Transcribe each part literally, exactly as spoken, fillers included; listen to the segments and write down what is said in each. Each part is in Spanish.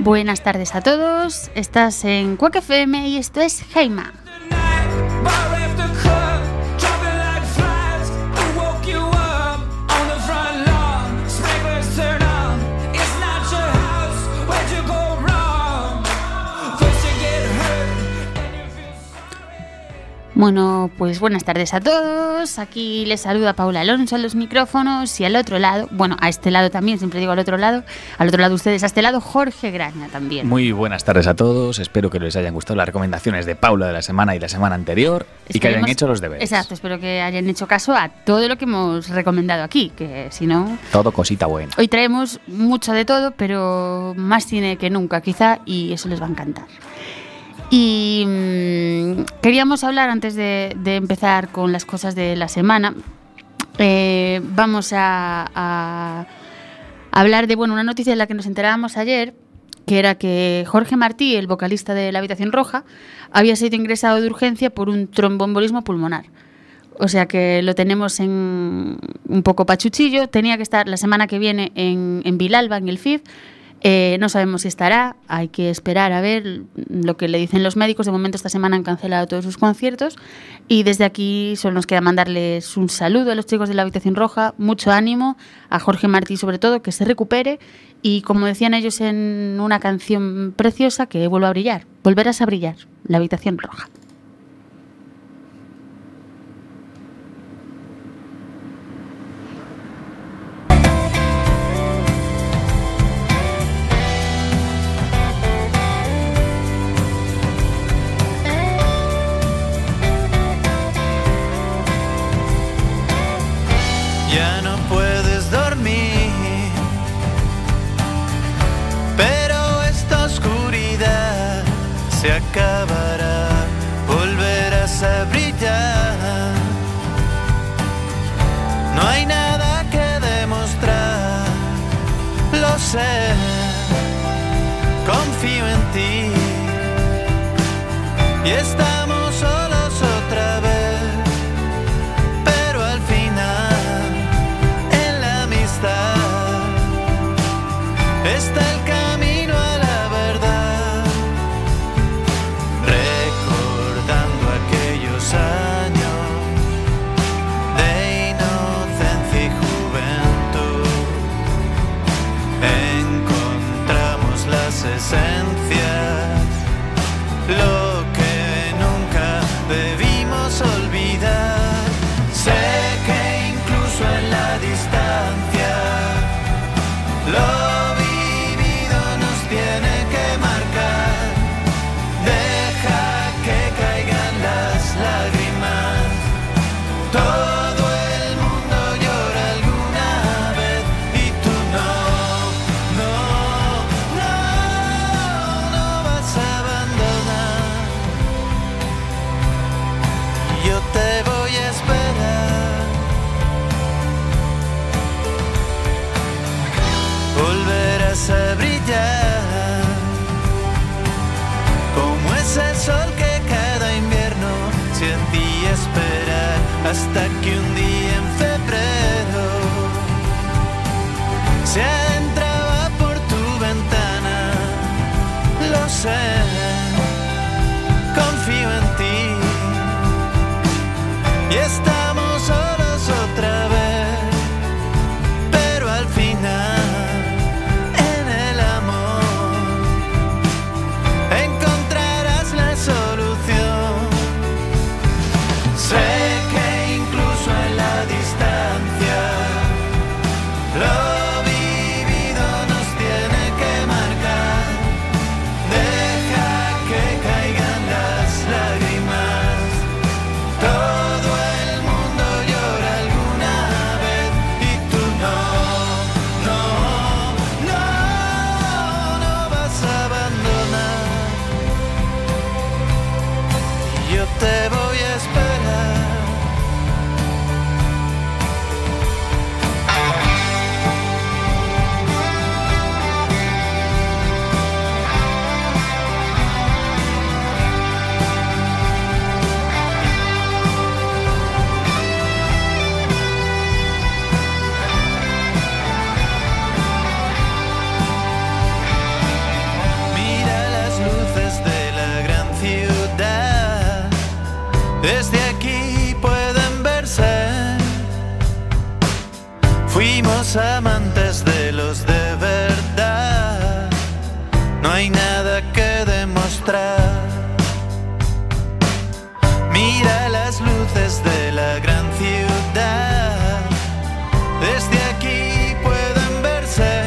Buenas tardes a todos, estás en Quack F M y esto es Heima. Bueno, pues buenas tardes a todos. Aquí les saluda Paula Alonso a los micrófonos y al otro lado, bueno, a este lado también, siempre digo al otro lado, al otro lado ustedes, a este lado Jorge Graña también. Muy buenas tardes a todos, espero que les hayan gustado las recomendaciones de Paula de la semana y la semana anterior. Esperemos, y que hayan hecho los deberes. Exacto, espero que hayan hecho caso a todo lo que hemos recomendado aquí, que si no... Todo cosita buena. Hoy traemos mucho de todo, pero más cine que nunca quizá, y eso les va a encantar. Y mmm, queríamos hablar, antes de, de empezar con las cosas de la semana, eh, vamos a, a hablar de bueno una noticia de la que nos enterábamos ayer, que era que Jorge Martí, el vocalista de La Habitación Roja, había sido ingresado de urgencia por un tromboembolismo pulmonar. O sea que lo tenemos en un poco pachuchillo. Tenía que estar la semana que viene en, en Vilalba, en el F I D. Eh, no sabemos si estará, hay que esperar a ver lo que le dicen los médicos. De momento esta semana han cancelado todos sus conciertos y desde aquí solo nos queda mandarles un saludo a los chicos de La Habitación Roja, mucho ánimo, a Jorge Martí sobre todo, que se recupere y, como decían ellos en una canción preciosa, que vuelva a brillar, volverás a brillar, La Habitación Roja. Ya no puedes dormir, pero esta oscuridad se acabará, volverás a brillar. No hay nada que demostrar, lo sé, confío en ti y estamos solos otra vez. Está el camino a la verdad, recordando aquellos años de inocencia y juventud. Encontramos las esencias, lo que nunca debimos olvidar. Sé que incluso en la distancia lo a brillar como ese sol que cada invierno sentí esperar, hasta que un día en febrero se adentraba por tu ventana. Lo sé, confío en ti y estamos solos otra vez, pero al final solución. Sé que incluso en la Fuimos amantes de los de verdad, no hay nada que demostrar. Mira las luces de la gran ciudad, desde aquí pueden verse.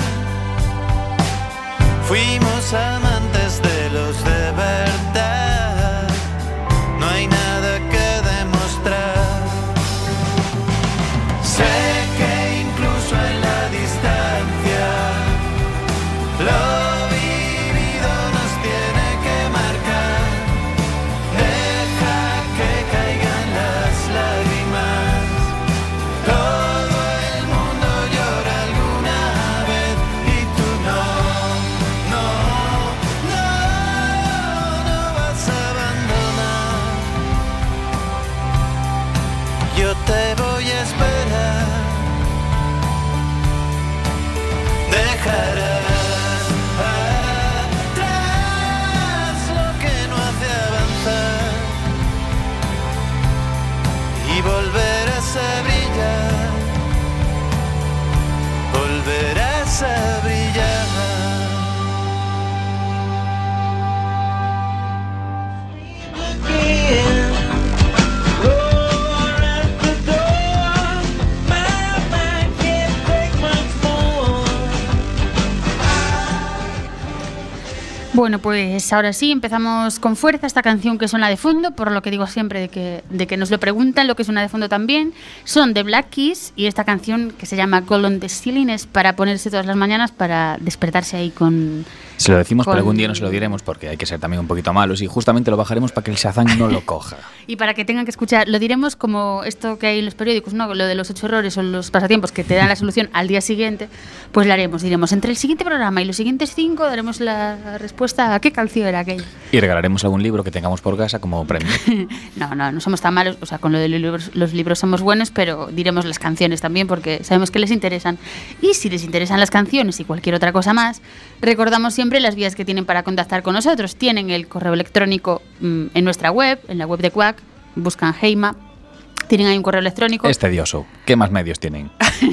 Fuimos amantes de los de verdad, no hay nada que demostrar. Sé que incluso en la distancia lo vivido nos tiene que marcar. Deja que caigan las lágrimas, todo el mundo llora alguna vez y tú no, no, no, no vas a abandonar. Yo te voy a esperar, dejarás atrás lo que no hace avanzar y volverás a brillar, volverás a brillar. Bueno, pues ahora sí, empezamos con fuerza esta canción que suena de fondo, por lo que digo siempre de que, de que nos lo preguntan, lo que suena de fondo también. Son de Black Keys y esta canción que se llama Gold on the Ceiling es para ponerse todas las mañanas para despertarse ahí con... Se lo decimos, con... pero algún día no se lo diremos porque hay que ser también un poquito malos y justamente lo bajaremos para que el Shazam no lo coja. Y para que tengan que escuchar, lo diremos como esto que hay en los periódicos, ¿no? Lo de los ocho errores o los pasatiempos que te dan la solución al día siguiente, pues lo haremos. Diremos, entre el siguiente programa y los siguientes cinco daremos la respuesta a qué canción era aquella. Y regalaremos algún libro que tengamos por casa como premio. no, no, no somos tan malos, o sea, con lo de los libros, los libros somos buenos, pero diremos las canciones también porque sabemos que les interesan. Y si les interesan las canciones y cualquier otra cosa más, recordamos siempre las vías que tienen para contactar con nosotros. Tienen el correo electrónico mmm, en nuestra web, en la web de Quack, buscan Heima, tienen ahí un correo electrónico. Es tedioso. ¿Qué más medios tienen?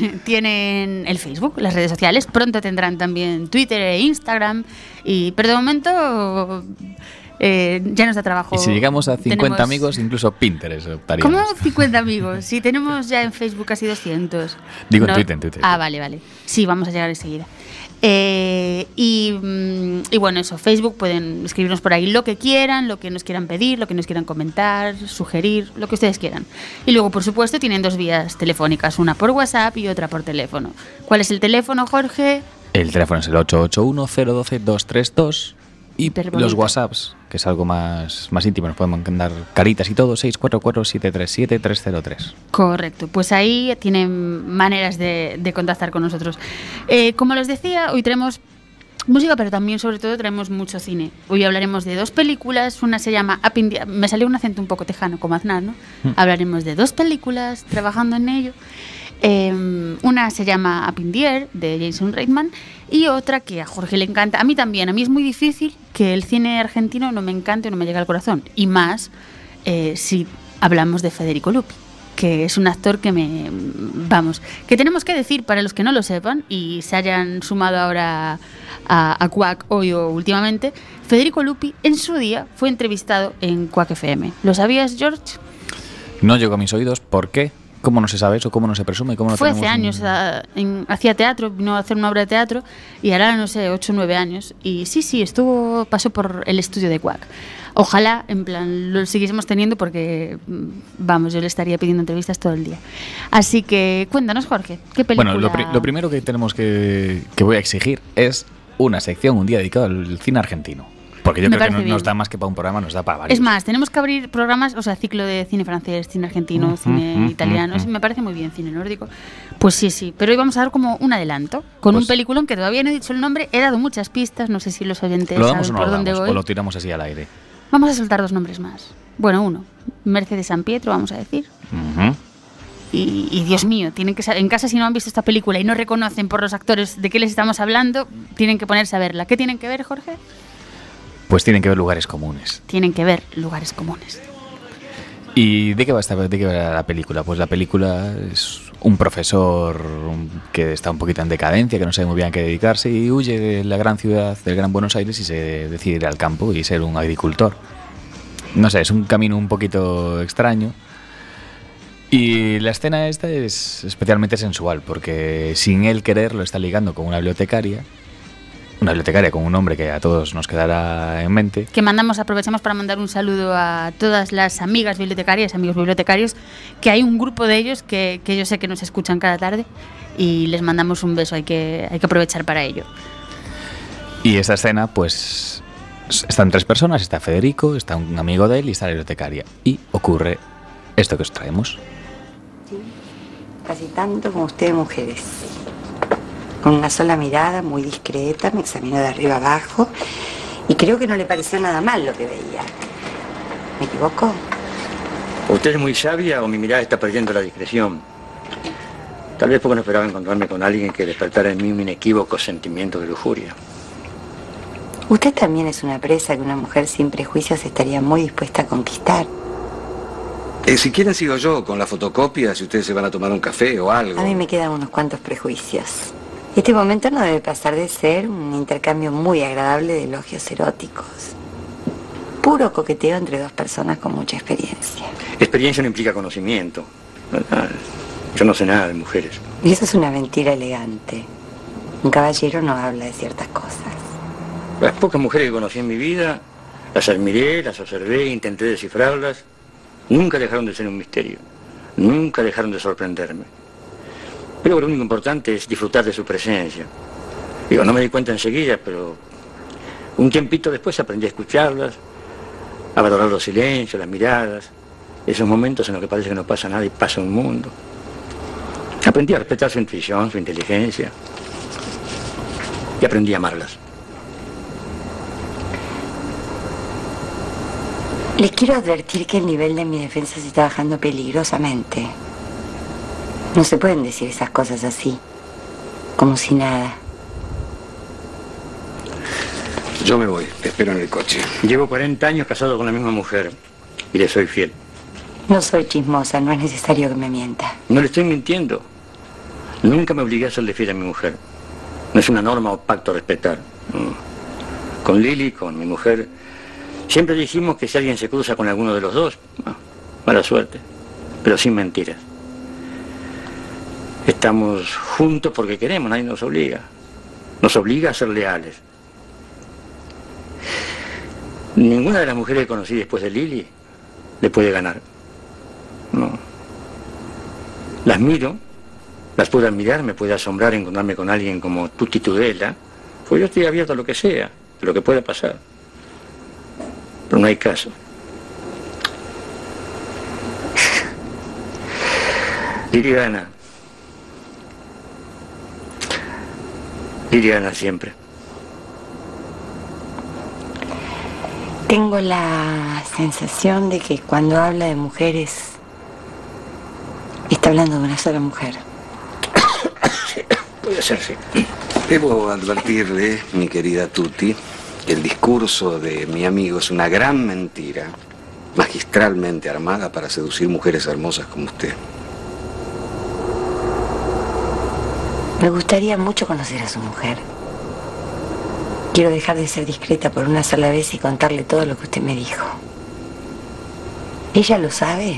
Tienen el Facebook, las redes sociales, pronto tendrán también Twitter e Instagram, y, pero de momento eh, ya nos da trabajo. Y si llegamos a cincuenta tenemos... amigos, incluso Pinterest optaríamos. ¿Cómo cincuenta amigos? Si tenemos ya en Facebook casi doscientos. Digo no, en Twitter, en Twitter. Ah, vale, vale. Sí, vamos a llegar enseguida. Eh, y, y bueno, eso, Facebook, pueden escribirnos por ahí lo que quieran, lo que nos quieran pedir, lo que nos quieran comentar, sugerir, lo que ustedes quieran. Y luego, por supuesto, tienen dos vías telefónicas, una por WhatsApp y otra por teléfono. ¿Cuál es el teléfono, Jorge? El teléfono es el ocho ocho uno, cero uno dos, dos tres dos. Y los WhatsApps, que es algo más, más íntimo, nos podemos mandar caritas y todo, seis cuatro cuatro, siete tres siete, tres cero tres. Correcto, pues ahí tienen maneras de, de contactar con nosotros. Eh, como les decía, hoy tenemos música, pero también, sobre todo, traemos mucho cine. Hoy hablaremos de dos películas, una se llama Up in the... Me salió un acento un poco tejano, como Aznar, ¿no? Mm. Hablaremos de dos películas, trabajando en ello. Eh, una se llama Up in the Air, de Jason Reitman, y otra que a Jorge le encanta, a mí también. A mí es muy difícil que el cine argentino no me encante o no me llegue al corazón, y más eh, si hablamos de Federico Lupi, que es un actor que me... Vamos, que tenemos que decir para los que no lo sepan y se hayan sumado ahora a, a Quack hoy o últimamente, Federico Lupi en su día fue entrevistado en Quack F M. ¿Lo sabías, George? No llegó a mis oídos, ¿por qué? ¿Cómo no se sabe eso? ¿Cómo no se presume? ¿Cómo no Fue hace en... años, a, en, hacía teatro, vino a hacer una obra de teatro y ahora, no sé, ocho o nueve años. Y sí, sí, estuvo, pasó por el estudio de Quack. Ojalá, en plan, lo siguiésemos teniendo porque, vamos, yo le estaría pidiendo entrevistas todo el día. Así que, cuéntanos, Jorge, ¿qué película...? Bueno, lo, pri- lo primero que tenemos que, que voy a exigir es una sección, un día dedicado al cine argentino. Porque yo Me creo que no, parece bien. nos da más que para un programa, nos da para varios. Es más, tenemos que abrir programas, o sea, ciclo de cine francés, cine argentino, Uh-huh, cine uh-huh, italiano. uh-huh. Me parece muy bien, cine nórdico. Pues sí, sí. Pero hoy vamos a dar como un adelanto con Pues- un peliculón que todavía no he dicho el nombre. He dado muchas pistas, no sé si los oyentes ¿Lo saben damos o no por lo dónde damos? voy. ¿O lo tiramos así al aire? Vamos a soltar dos nombres más. Bueno, uno, Mercedes San Pietro, vamos a decir. Uh-huh. Y, y Dios mío, tienen que sa- en casa, si no han visto esta película y no reconocen por los actores de qué les estamos hablando, tienen que ponerse a verla. ¿Qué tienen que ver, Jorge? Pues tienen que ver lugares comunes. Tienen que ver lugares comunes. ¿Y de qué va esta, de qué va la película? Pues la película es un profesor que está un poquito en decadencia, que no sabe muy bien a qué dedicarse y huye de la gran ciudad del Gran Buenos Aires y se decide ir al campo y ser un agricultor. No sé, es un camino un poquito extraño. Y la escena esta es especialmente sensual porque sin él querer lo está ligando con una bibliotecaria. Una bibliotecaria con un nombre que a todos nos quedará en mente. Que mandamos, aprovechamos para mandar un saludo a todas las amigas bibliotecarias, amigos bibliotecarios, que hay un grupo de ellos que, que yo sé que nos escuchan cada tarde y les mandamos un beso, hay que, hay que aprovechar para ello. Y esta escena, pues, están tres personas, está Federico, está un amigo de él y está la bibliotecaria. Y ocurre esto que os traemos. Sí, casi tanto como ustedes mujeres. Con una sola mirada, muy discreta, me examinó de arriba abajo y creo que no le pareció nada mal lo que veía. ¿Me equivoco? ¿Usted es muy sabia o mi mirada está perdiendo la discreción? Tal vez porque no esperaba encontrarme con alguien que despertara en mí un inequívoco sentimiento de lujuria. Usted también es una presa que una mujer sin prejuicios estaría muy dispuesta a conquistar. Eh, si quieren sigo yo con la fotocopia, si ustedes se van a tomar un café o algo. A mí me quedan unos cuantos prejuicios. Este momento no debe pasar de ser un intercambio muy agradable de elogios eróticos. Puro coqueteo entre dos personas con mucha experiencia. Experiencia no implica conocimiento. Yo no sé nada de mujeres. Y eso es una mentira elegante. Un caballero no habla de ciertas cosas. Las pocas mujeres que conocí en mi vida, las admiré, las observé, intenté descifrarlas. Nunca dejaron de ser un misterio. Nunca dejaron de sorprenderme. Pero lo único importante es disfrutar de su presencia. Digo, no me di cuenta enseguida, pero un tiempito después aprendí a escucharlas, a valorar los silencios, las miradas, esos momentos en los que parece que no pasa nada y pasa un mundo. Aprendí a respetar su intuición, su inteligencia, y aprendí a amarlas. Les quiero advertir que el nivel de mi defensa se está bajando peligrosamente. No se pueden decir esas cosas así, como si nada. Yo me voy, te espero en el coche. Llevo cuarenta años casado con la misma mujer y le soy fiel. No soy chismosa, no es necesario que me mienta. No le estoy mintiendo. Nunca me obligué a serle fiel a mi mujer. No es una norma o pacto a respetar. Con Lili, con mi mujer, siempre dijimos que si alguien se cruza con alguno de los dos, mala suerte, pero sin mentiras. Estamos juntos porque queremos, nadie nos obliga. Nos obliga a ser leales. Ninguna de las mujeres que conocí después de Lili le puede ganar. No. Las miro, las puedo admirar, me puede asombrar encontrarme con alguien como Tutti Tudela, pues yo estoy abierto a lo que sea, a lo que pueda pasar. Pero no hay caso. Liliana. Liliana siempre. Tengo la sensación de que cuando habla de mujeres, está hablando de una sola mujer. Sí, puede ser, sí. Debo advertirle, mi querida Tutti, que el discurso de mi amigo es una gran mentira, magistralmente armada para seducir mujeres hermosas como usted. Me gustaría mucho conocer a su mujer. Quiero dejar de ser discreta por una sola vez y contarle todo lo que usted me dijo. ¿Ella lo sabe?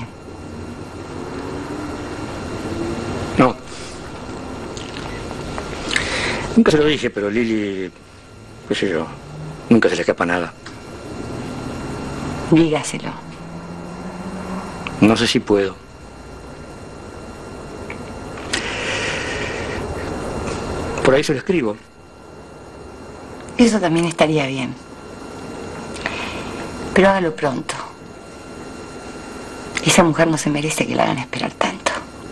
No. Nunca se lo dije, pero Lili, qué sé yo, nunca se le escapa nada. Dígaselo. No sé si puedo. Por ahí se lo escribo. Eso también estaría bien. Pero hágalo pronto. Esa mujer no se merece que la hagan esperar tanto.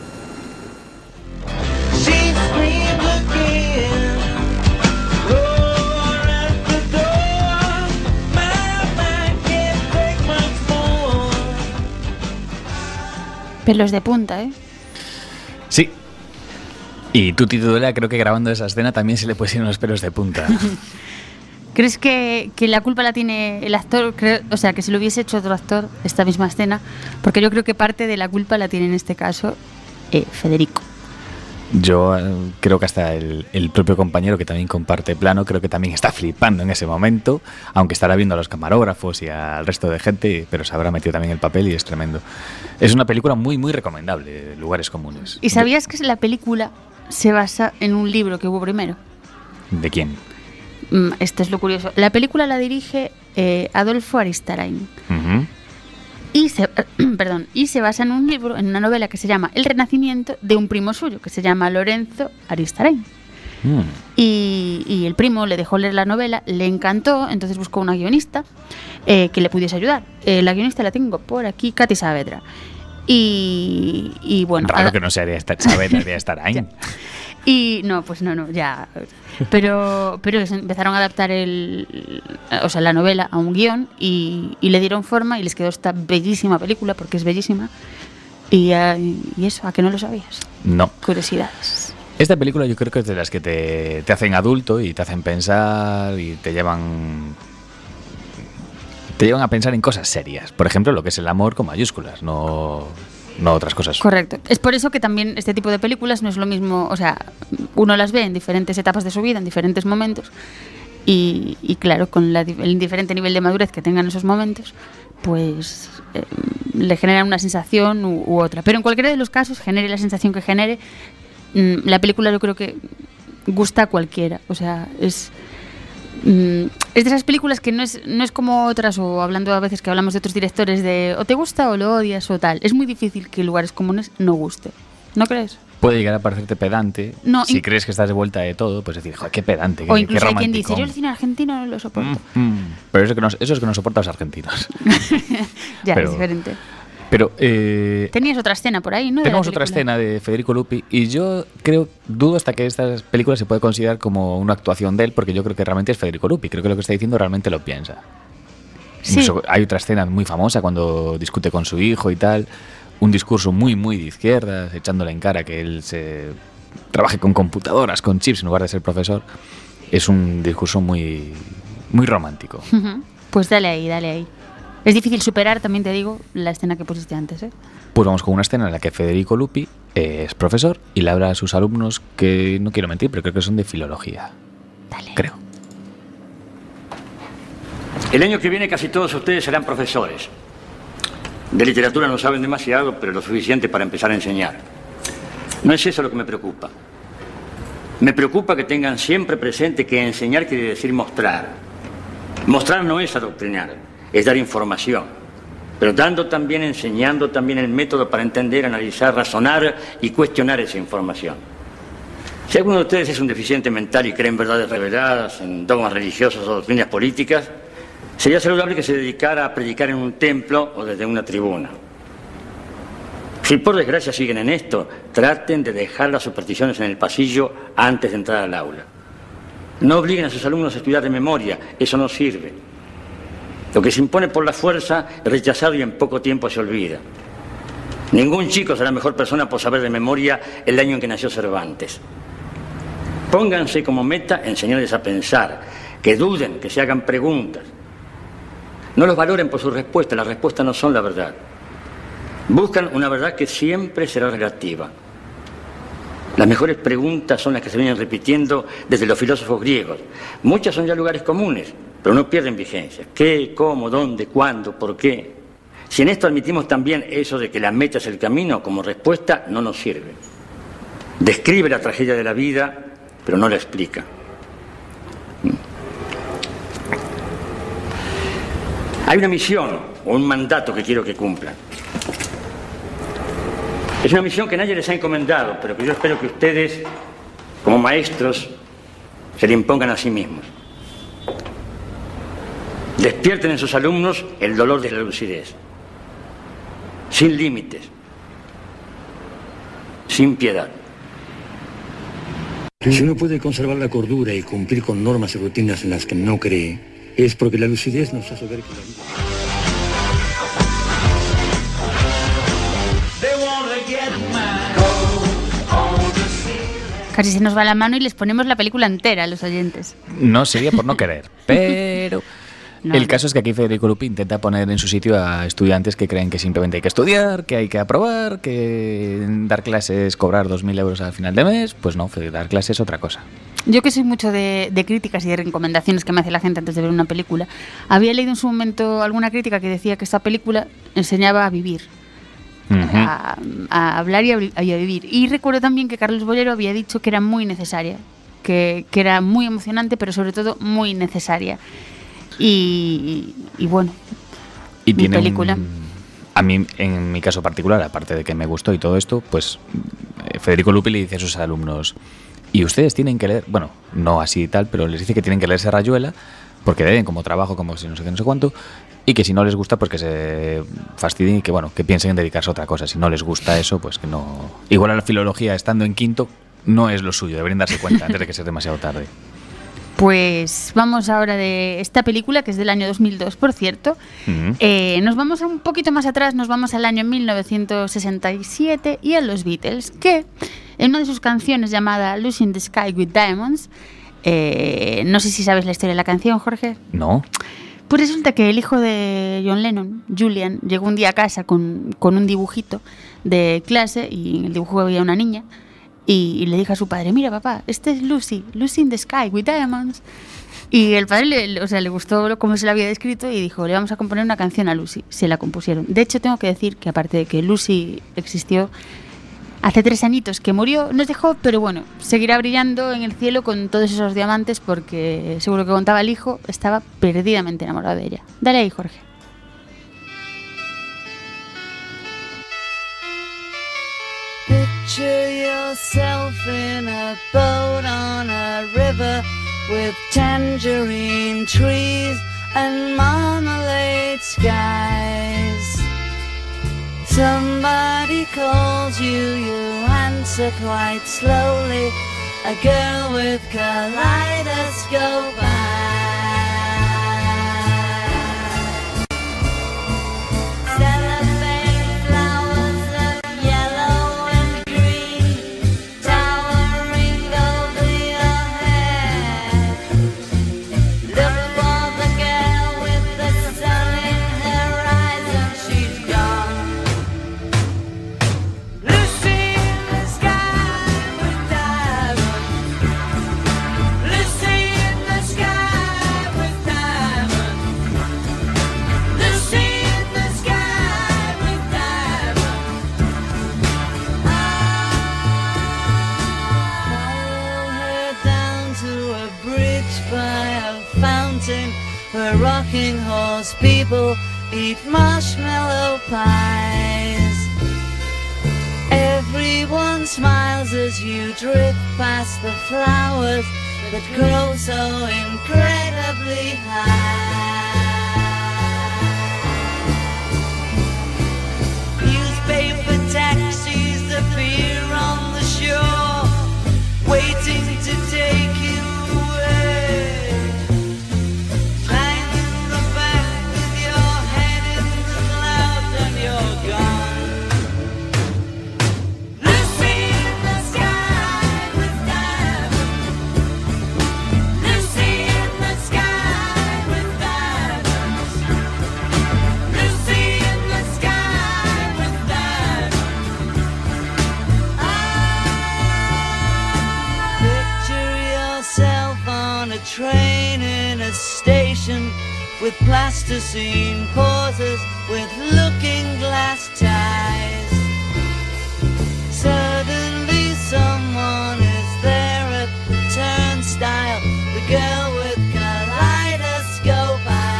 Pelos de punta, ¿eh? Sí. Y Tutti Tudela, creo que grabando esa escena también se le pusieron los pelos de punta. ¿Crees que, que la culpa la tiene el actor? Creo, o sea, que si lo hubiese hecho otro actor, esta misma escena, porque yo creo que parte de la culpa la tiene en este caso eh, Federico. Yo eh, creo que hasta el, el propio compañero que también comparte plano, creo que también está flipando en ese momento, aunque estará viendo a los camarógrafos y al resto de gente, pero se habrá metido también el papel y es tremendo. Es una película muy, muy recomendable, Lugares Comunes. ¿Y sabías que la película se basa en un libro que hubo primero? ¿De quién? Mm, Esto es lo curioso. La película la dirige eh, Adolfo Aristarain. Uh-huh. Y se, perdón, y se basa en un libro, en una novela que se llama El Renacimiento, de un primo suyo, que se llama Lorenzo Aristarain. Mm. Y, y el primo le dejó leer la novela, le encantó, entonces buscó una guionista eh, que le pudiese ayudar. Eh, la guionista la tengo por aquí, Katy Saavedra. Y, y bueno... Raro a, que no sea de Saavedra, de Aristarain. Y no, pues no, no, ya. Pero, pero empezaron a adaptar el, o sea, la novela a un guión y, y le dieron forma y les quedó esta bellísima película, porque es bellísima. Y, y eso, ¿a que no lo sabías? No. Curiosidades. Esta película yo creo que es de las que te, te hacen adulto y te hacen pensar y te llevan... Te llevan a pensar en cosas serias. Por ejemplo, lo que es el amor con mayúsculas, no... no otras cosas. Correcto. Es por eso que también este tipo de películas no es lo mismo, o sea, uno las ve en diferentes etapas de su vida, en diferentes momentos, y, y claro, con la, el diferente nivel de madurez que tengan esos momentos, pues eh, le generan una sensación u, u otra. Pero en cualquiera de los casos, genere la sensación que genere, mmm, la película yo creo que gusta a cualquiera. O sea, es... Es de esas películas que no es, no es como otras, o hablando a veces que hablamos de otros directores, de o te gusta o lo odias o tal. Es muy difícil que Lugares Comunes no guste. ¿No crees? Puede llegar a parecerte pedante. No, si in- crees que estás de vuelta de todo, pues decir, joder, qué pedante, O qué, incluso qué hay quien dice, romanticón. yo el cine argentino no lo soporto. Mm, mm. Pero eso, que no, eso es que no soporta a los argentinos. Ya, Pero- es diferente. Pero eh, Tenías otra escena por ahí, ¿no? De la tenemos otra película. escena de Federico Lupi y yo creo, dudo hasta que esta película se puede considerar como una actuación de él, porque yo creo que realmente es Federico Lupi. Creo que lo que está diciendo realmente lo piensa. Sí. Incluso hay otra escena muy famosa cuando discute con su hijo y tal. Un discurso muy, muy de izquierdas, echándole en cara que él se trabaje con computadoras, con chips, en lugar de ser profesor. Es un discurso muy, muy romántico. Ujú. Pues dale ahí, dale ahí. Es difícil superar, también te digo, la escena que pusiste antes, ¿eh? Pues vamos con una escena en la que Federico Lupi eh, es profesor y le habla a sus alumnos que, no quiero mentir, pero creo que son de filología. Dale. Creo. El año que viene casi todos ustedes serán profesores. De literatura no saben demasiado, pero lo suficiente para empezar a enseñar. No es eso lo que me preocupa. Me preocupa que tengan siempre presente que enseñar quiere decir mostrar. Mostrar no es adoctrinar, es dar información. Pero dando también, enseñando también el método para entender, analizar, razonar y cuestionar esa información. Si alguno de ustedes es un deficiente mental y cree en verdades reveladas, en dogmas religiosos o doctrinas políticas, sería saludable que se dedicara a predicar en un templo o desde una tribuna. Si por desgracia siguen en esto, traten de dejar las supersticiones en el pasillo antes de entrar al aula. No obliguen a sus alumnos a estudiar de memoria, eso no sirve. Lo que se impone por la fuerza es rechazado y en poco tiempo se olvida. Ningún chico será mejor persona por saber de memoria el año en que nació Cervantes. Pónganse como meta enseñarles a pensar, que duden, que se hagan preguntas. No los valoren por sus respuestas, las respuestas no son la verdad. Buscan una verdad que siempre será relativa. Las mejores preguntas son las que se vienen repitiendo desde los filósofos griegos. Muchas son ya lugares comunes, pero no pierden vigencia. ¿Qué, cómo, dónde, cuándo, por qué? Si en esto admitimos también eso de que la meta es el camino, como respuesta no nos sirve. Describe la tragedia de la vida, pero no la explica. Hay una misión o un mandato que quiero que cumplan. Es una misión que nadie les ha encomendado, pero que yo espero que ustedes, como maestros, se le impongan a sí mismos. Despierten en sus alumnos el dolor de la lucidez, sin límites, sin piedad. Si uno puede conservar la cordura y cumplir con normas y rutinas en las que no cree, es porque la lucidez nos hace ver que la vida... Casi se nos va la mano y les ponemos la película entera a los oyentes. No sería por no querer, pero no, El caso es que aquí Federico Lupi intenta poner en su sitio a estudiantes que creen que simplemente hay que estudiar, que hay que aprobar, que dar clases, cobrar dos mil euros al final de mes. Pues no, dar clases es otra cosa. Yo que soy mucho de, de críticas y de recomendaciones que me hace la gente antes de ver una película, había leído en su momento alguna crítica que decía que esta película enseñaba a vivir. Uh-huh. a, a hablar y a, y a vivir. Y recuerdo también que Carlos Bollero había dicho que era muy necesaria, que, que era muy emocionante, pero sobre todo muy necesaria. Y, y, y bueno, y mi tiene película. Un, a mí, en mi caso particular, aparte de que me gustó y todo esto, pues Federico Lupi le dice a sus alumnos: y ustedes tienen que leer, bueno, no así y tal, pero les dice que tienen que leerse Rayuela, porque deben como trabajo, como si no sé qué, no sé cuánto, y que si no les gusta, pues que se fastidien y que, bueno, que piensen en dedicarse a otra cosa. Si no les gusta eso, pues que no... Igual a la filología, estando en quinto, no es lo suyo, deberían darse cuenta antes de que sea demasiado tarde. Pues vamos ahora de esta película, que es del año dos mil dos, por cierto. Uh-huh. Eh, nos vamos un poquito más atrás, nos vamos al año mil novecientos sesenta y siete y a los Beatles, que en una de sus canciones llamada Lucy in the Sky with Diamonds, eh, no sé si sabes la historia de la canción, Jorge. No. Pues resulta que el hijo de John Lennon, Julian, llegó un día a casa con, con un dibujito de clase y en el dibujo había una niña y, y le dijo a su padre: mira papá, este es Lucy, Lucy in the Sky with Diamonds. Y el padre le, o sea, le gustó cómo se la había descrito y dijo: le vamos a componer una canción a Lucy. Se la compusieron. De hecho, tengo que decir que aparte de que Lucy existió hace tres añitos que murió, nos dejó, pero bueno, seguirá brillando en el cielo con todos esos diamantes porque, seguro que contaba el hijo, estaba perdidamente enamorado de ella. Dale ahí, Jorge. Picture yourself in a boat on a river with tangerine trees and marmalade skies. Somebody calls you, you answer quite slowly. A girl with kaleidoscope eyes. Cellophane flowers of yellow and green towering over your head. Look for the girl with the sun in her eyes and she's gone. Where rocking horse people eat marshmallow pies. Everyone smiles as you drift past the flowers that grow so incredibly high. Newspaper taxis appear on the shore, waiting to take you away. Train in a station with plasticine pauses with looking glass ties. Suddenly someone is there at the turnstile, the girl with kaleidoscope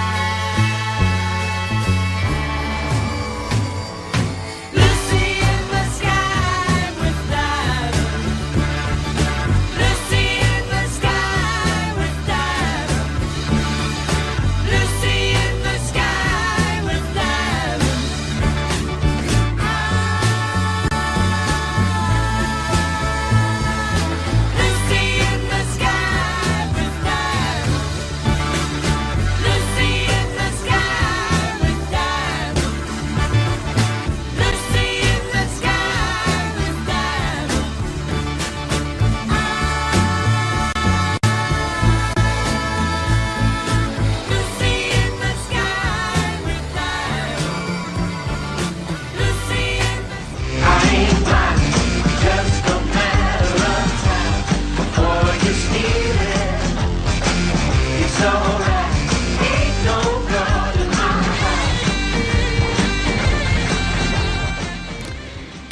eyes. Lucy in the sky with diamonds. Lucy in the sky. Lucy in the sky with diamonds.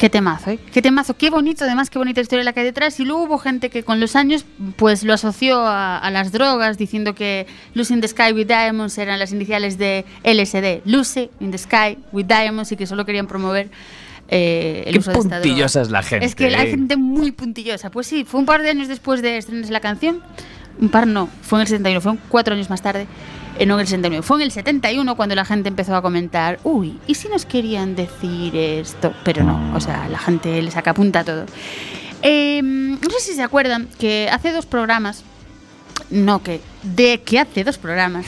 Qué temazo, ¿eh? Qué temazo, qué bonito, además, qué bonita historia la que hay detrás. Y luego hubo gente que con los años pues lo asoció a, a las drogas, diciendo que Lucy in the Sky with Diamonds eran las iniciales de L S D, Lucy in the Sky with Diamonds, y que solo querían promover eh, el qué uso de esta droga. puntillosa es la gente. Es que eh. hay gente muy puntillosa. Pues sí, fue un par de años después de estrenarse la canción. Un par no, fue en el setenta y uno, fue cuatro años más tarde. Eh, no en el sesenta y nueve, fue en el setenta y uno cuando la gente empezó a comentar, uy, ¿y si nos querían decir esto? Pero no, o sea, la gente le saca punta a todo. Eh, no sé si se acuerdan que hace dos programas, no, que de que hace dos programas,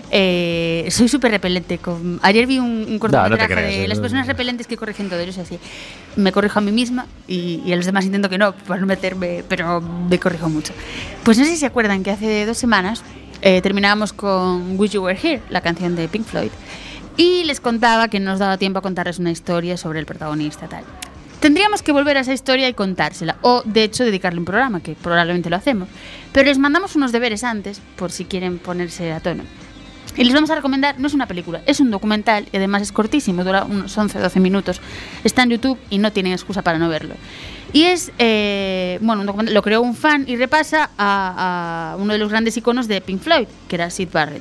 eh, soy súper repelente. Con, ayer vi un, un cortometraje no, no te creas, de eh, las personas repelentes que corrigen todo, yo soy así. Me corrijo a mí misma y, y a los demás intento que no, para no meterme, pero me corrijo mucho. Pues no sé si se acuerdan que hace dos semanas Eh, terminábamos con Wish You Were Here, la canción de Pink Floyd, y les contaba que no nos daba tiempo a contarles una historia sobre el protagonista, tal. Tendríamos que volver a esa historia y contársela, o de hecho dedicarle un programa, que probablemente lo hacemos, pero les mandamos unos deberes antes, por si quieren ponerse a tono. Y les vamos a recomendar, no es una película, es un documental, y además es cortísimo, dura unos once o doce minutos, está en YouTube y no tienen excusa para no verlo. Y es, eh, bueno, un documental, lo creó un fan y repasa a, a uno de los grandes iconos de Pink Floyd, que era Syd Barrett.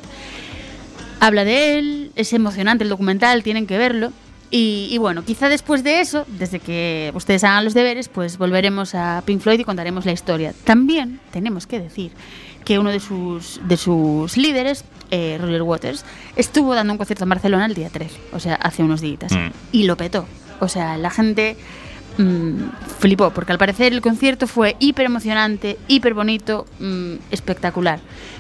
Habla de él, es emocionante el documental, tienen que verlo. Y, y bueno, quizá después de eso, desde que ustedes hagan los deberes, pues volveremos a Pink Floyd y contaremos la historia. También tenemos que decir que uno de sus, de sus líderes, eh, Roger Waters, estuvo dando un concierto en Barcelona el día trece, o sea, hace unos días, mm. y lo petó. O sea, la gente mmm, flipó, porque al parecer el concierto fue hiper emocionante, hiper bonito, mmm, espectacular.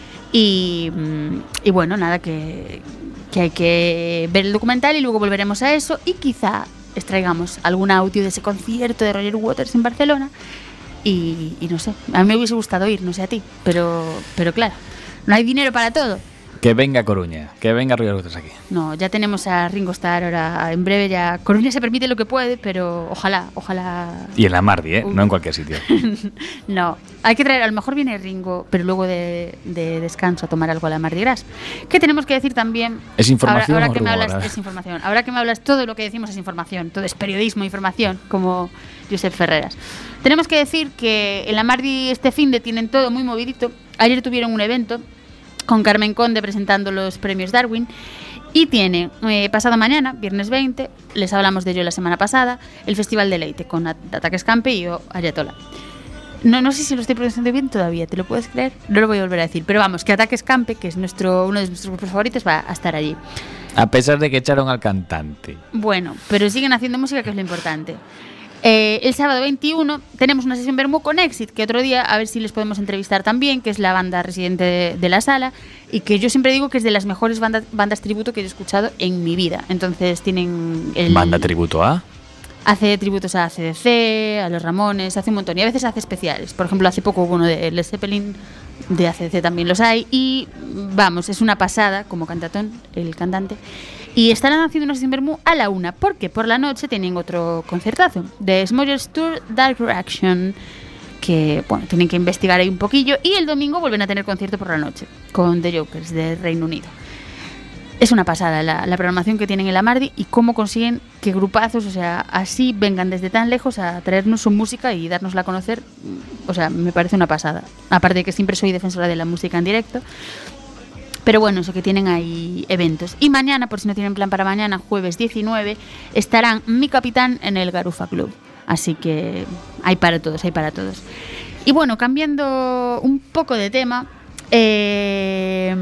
Y, mmm, y bueno, nada, que, que hay que ver el documental y luego volveremos a eso y quizá extraigamos algún audio de ese concierto de Roger Waters en Barcelona. Y, y no sé, a mí me hubiese gustado ir, no sé a ti, pero, pero claro, no hay dinero para todo. Que venga Coruña, que venga Roger Waters aquí. No, ya tenemos a Ringo Starr ahora, en breve ya. Coruña se permite lo que puede, pero ojalá, ojalá. Y en la Mardi, ¿eh? Uh. No en cualquier sitio. No, hay que traer, a lo mejor viene Ringo, pero luego de, de descanso a tomar algo a la Mardi Gras. ¿Qué tenemos que decir también? ¿Es información ahora, ahora o que me rumor? hablas, es información. Ahora que me hablas, todo lo que decimos es información, todo es periodismo e información, como Josep Ferreras. Tenemos que decir que en la Mardi este finde tienen todo muy movidito. Ayer tuvieron un evento con Carmen Conde presentando los premios Darwin y tiene eh, pasado mañana, viernes veinte, les hablamos de ello la semana pasada, el Festival de Leite con Ataque Escampe y yo, Ayatola. No, no sé si lo estoy pronunciando bien todavía, ¿te lo puedes creer? No lo voy a volver a decir, pero vamos, que Ataque Escampe, que es nuestro, uno de nuestros grupos favoritos, va a estar allí. A pesar de que echaron al cantante. Bueno, pero siguen haciendo música, que es lo importante. Eh, el sábado veintiuno tenemos una sesión Bermú con Exit, que otro día a ver si les podemos entrevistar también, que es la banda residente de, de la sala y que yo siempre digo que es de las mejores bandas, bandas tributo que he escuchado en mi vida. Entonces tienen el, ¿Banda tributo a? Hace tributos a A C D C, a los Ramones, hace un montón y a veces hace especiales. Por ejemplo, hace poco hubo uno de Led Zeppelin, de A C D C también los hay y vamos, es una pasada como cantatón el cantante. Y estarán haciendo una sesión Bermú a la una, porque por la noche tienen otro concertazo de Smokers Tour Dark Reaction, que bueno, tienen que investigar ahí un poquillo. Y el domingo vuelven a tener concierto por la noche con The Jokers de Reino Unido. Es una pasada la, la programación que tienen en la Mardi y cómo consiguen que grupazos, o sea, así vengan desde tan lejos a traernos su música y dárnosla a conocer. O sea, me parece una pasada. Aparte de que siempre soy defensora de la música en directo. Pero bueno, eso que tienen ahí eventos. Y mañana, por si no tienen plan para mañana, jueves diecinueve, estarán Mi Capitán en el Garufa Club. Así que hay para todos, hay para todos. Y bueno, cambiando un poco de tema... Eh,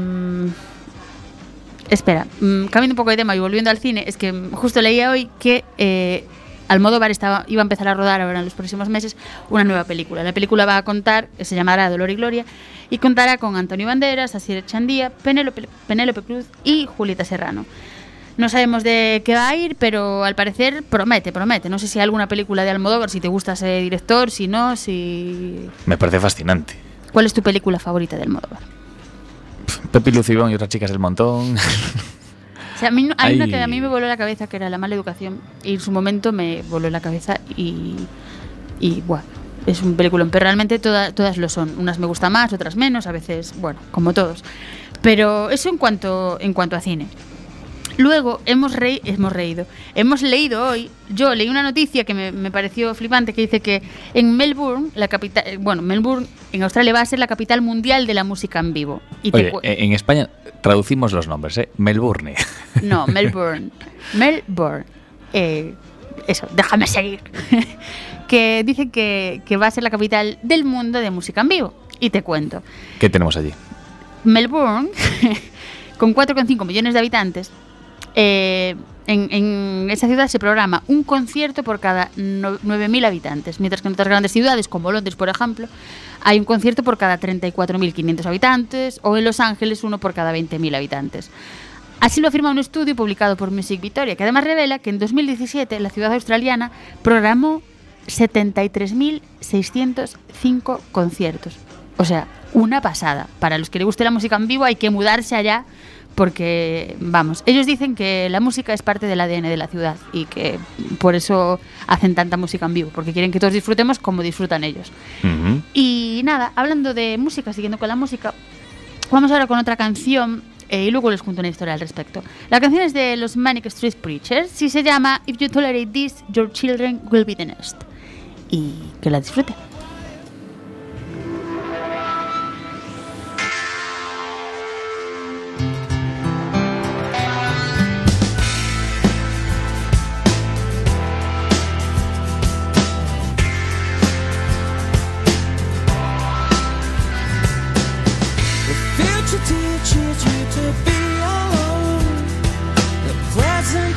espera, cambiando un poco de tema y volviendo al cine, es que justo leía hoy que... Eh, Almodóvar estaba, iba a empezar a rodar ahora en los próximos meses una nueva película. La película va a contar, se llamará Dolor y Gloria, y contará con Antonio Banderas, Asier Chandía, Penélope, Penélope Cruz y Julieta Serrano. No sabemos de qué va a ir, pero al parecer promete, promete. No sé si hay alguna película de Almodóvar, si te gusta ese director, si no, si... Me parece fascinante. ¿Cuál es tu película favorita de Almodóvar? Pepi Lucibón y otras chicas del montón... O sea, a mí, hay Ay. una que a mí me voló la cabeza, que era La mala educación, y en su momento me voló la cabeza y, y buah, es un peliculón, pero realmente toda, todas lo son. Unas me gustan más, otras menos, a veces, bueno, como todos. Pero eso en cuanto, en cuanto a cine. Luego hemos, re hemos reído, hemos leído hoy, yo leí una noticia que me, me pareció flipante, que dice que en Melbourne, la capital, bueno, Melbourne en Australia va a ser la capital mundial de la música en vivo. Y Oye, te en España traducimos los nombres, ¿eh? Melbourne. No, Melbourne. Melbourne. Eh, eso, déjame seguir. Que dice que, que va a ser la capital del mundo de música en vivo. Y te cuento. ¿Qué tenemos allí? Melbourne, con cuatro coma cinco millones de habitantes, eh, en, en esa ciudad se programa un concierto por cada no, nueve mil habitantes, mientras que en otras grandes ciudades, como Londres, por ejemplo, hay un concierto por cada treinta y cuatro mil quinientos habitantes, o en Los Ángeles uno por cada veinte mil habitantes. Así lo afirma un estudio publicado por Music Victoria, que además revela que en dos mil diecisiete la ciudad australiana programó setenta y tres mil seiscientos cinco conciertos. O sea, una pasada. Para los que les guste la música en vivo hay que mudarse allá porque, vamos, ellos dicen que la música es parte del A D N de la ciudad y que por eso hacen tanta música en vivo, porque quieren que todos disfrutemos como disfrutan ellos. Uh-huh. Y nada, hablando de música, siguiendo con la música, vamos ahora con otra canción eh, y luego les cuento una historia al respecto. La canción es de los Manic Street Preachers y se llama If You Tolerate This, Your Children Will Be the Next. Y que la disfruten.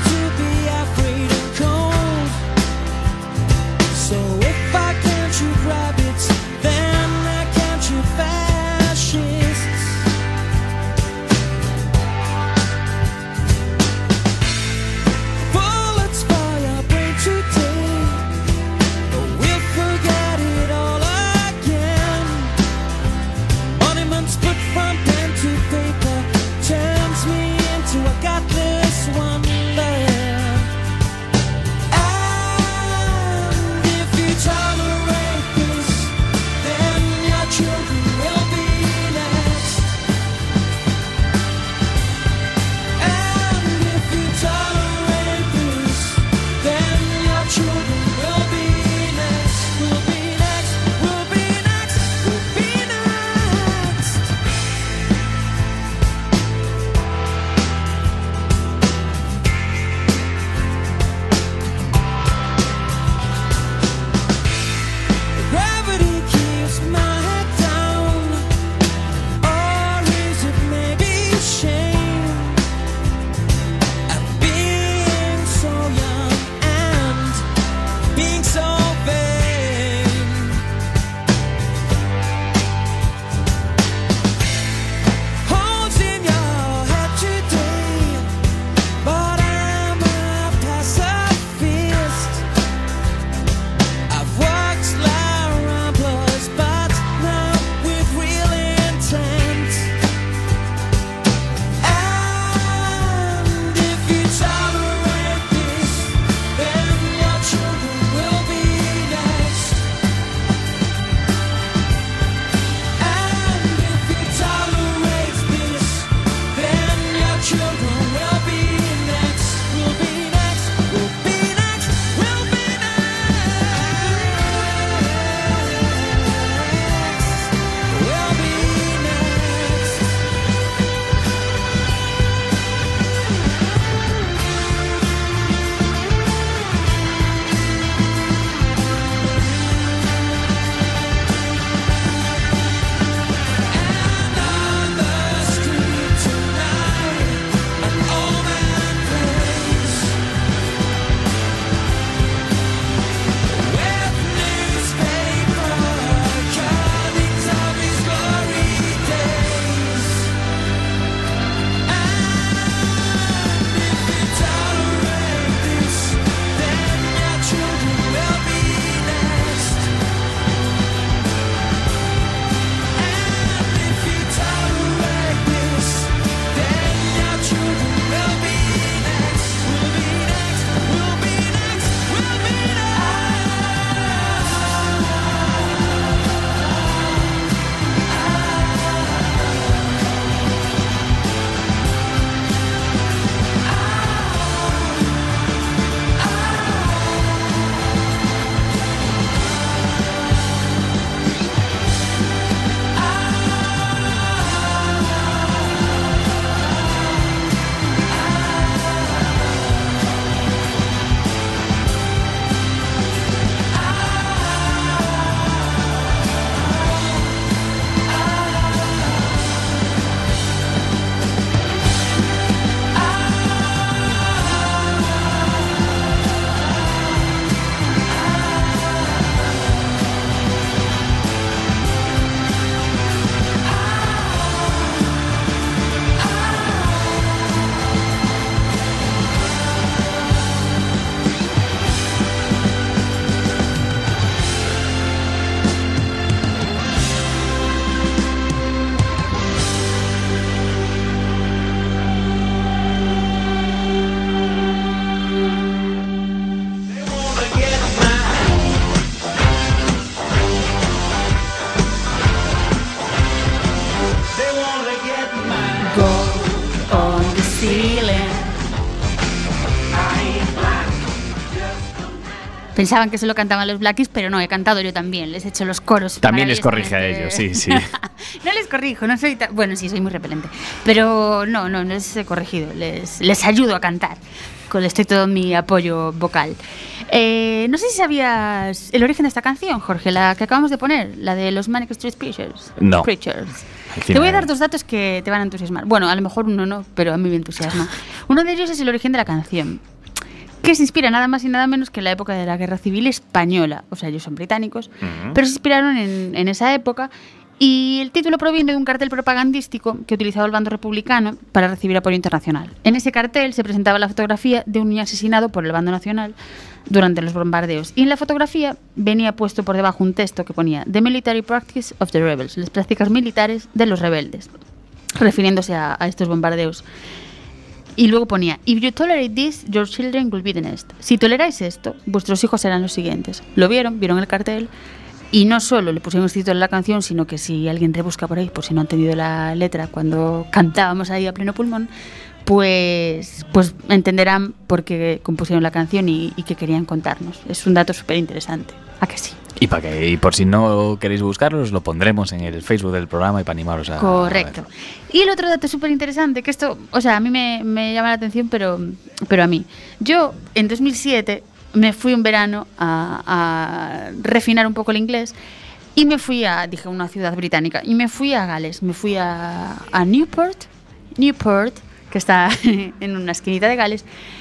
You Pensaban que solo cantaban los Blackies, pero no, he cantado yo también. Les he hecho los coros. También les corrige a ellos, sí, sí. No les corrijo, no soy tan... Bueno, sí, soy muy repelente. Pero no, no, no les he corregido. Les, les ayudo a cantar. Les doy todo mi apoyo vocal. Eh, no sé si sabías el origen de esta canción, Jorge, la que acabamos de poner, la de los Manic Street Preachers. No. Preachers. Te voy a dar dos datos que te van a entusiasmar. Bueno, a lo mejor uno no, pero a mí me entusiasma. Uno de ellos es el origen de la canción, que se inspira nada más y nada menos que en la época de la Guerra Civil Española. O sea, ellos son británicos, uh-huh. pero se inspiraron en, en esa época. Y el título proviene de un cartel propagandístico que utilizaba el bando republicano para recibir apoyo internacional. En ese cartel se presentaba la fotografía de un niño asesinado por el bando nacional durante los bombardeos. Y en la fotografía venía puesto por debajo un texto que ponía The Military Practice of the Rebels, las prácticas militares de los rebeldes, refiriéndose a, a estos bombardeos. Y luego ponía If you tolerate this, your children will be the next. Si toleráis esto, vuestros hijos serán los siguientes. Lo vieron, vieron el cartel. Y no solo le pusimos título a la canción, sino que si alguien rebusca por ahí, por si no han entendido la letra cuando cantábamos ahí a pleno pulmón, pues, pues entenderán por qué compusieron la canción y, y qué querían contarnos. Es un dato súper interesante. ¿A que sí? Y, para que, y por si no queréis buscarlos, lo pondremos en el Facebook del programa y para animaros a... Correcto. A y el otro dato súper interesante, que esto, o sea, a mí me, me llama la atención, pero, pero a mí. Yo, en dos mil siete... me fui un verano a, a refinar un poco el inglés y me fui a, dije, una ciudad británica, y me fui a Gales, me fui a, a Newport, Newport, que está en una esquinita de Gales,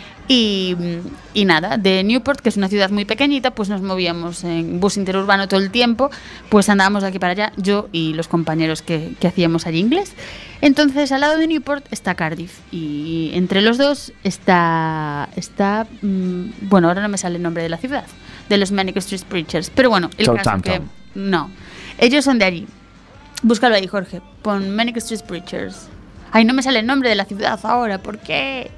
y, y nada, de Newport, que es una ciudad muy pequeñita, pues nos movíamos en bus interurbano todo el tiempo, pues andábamos de aquí para allá, yo y los compañeros que, que hacíamos allí inglés. Entonces, al lado de Newport está Cardiff, y entre los dos está, está mmm, bueno, ahora no me sale el nombre de la ciudad, de los Manic Street Preachers, pero bueno, el caso que no, ellos son de allí. Búscalo ahí, Jorge, pon Manic Street Preachers. Ay, no me sale el nombre de la ciudad ahora, ¿por qué?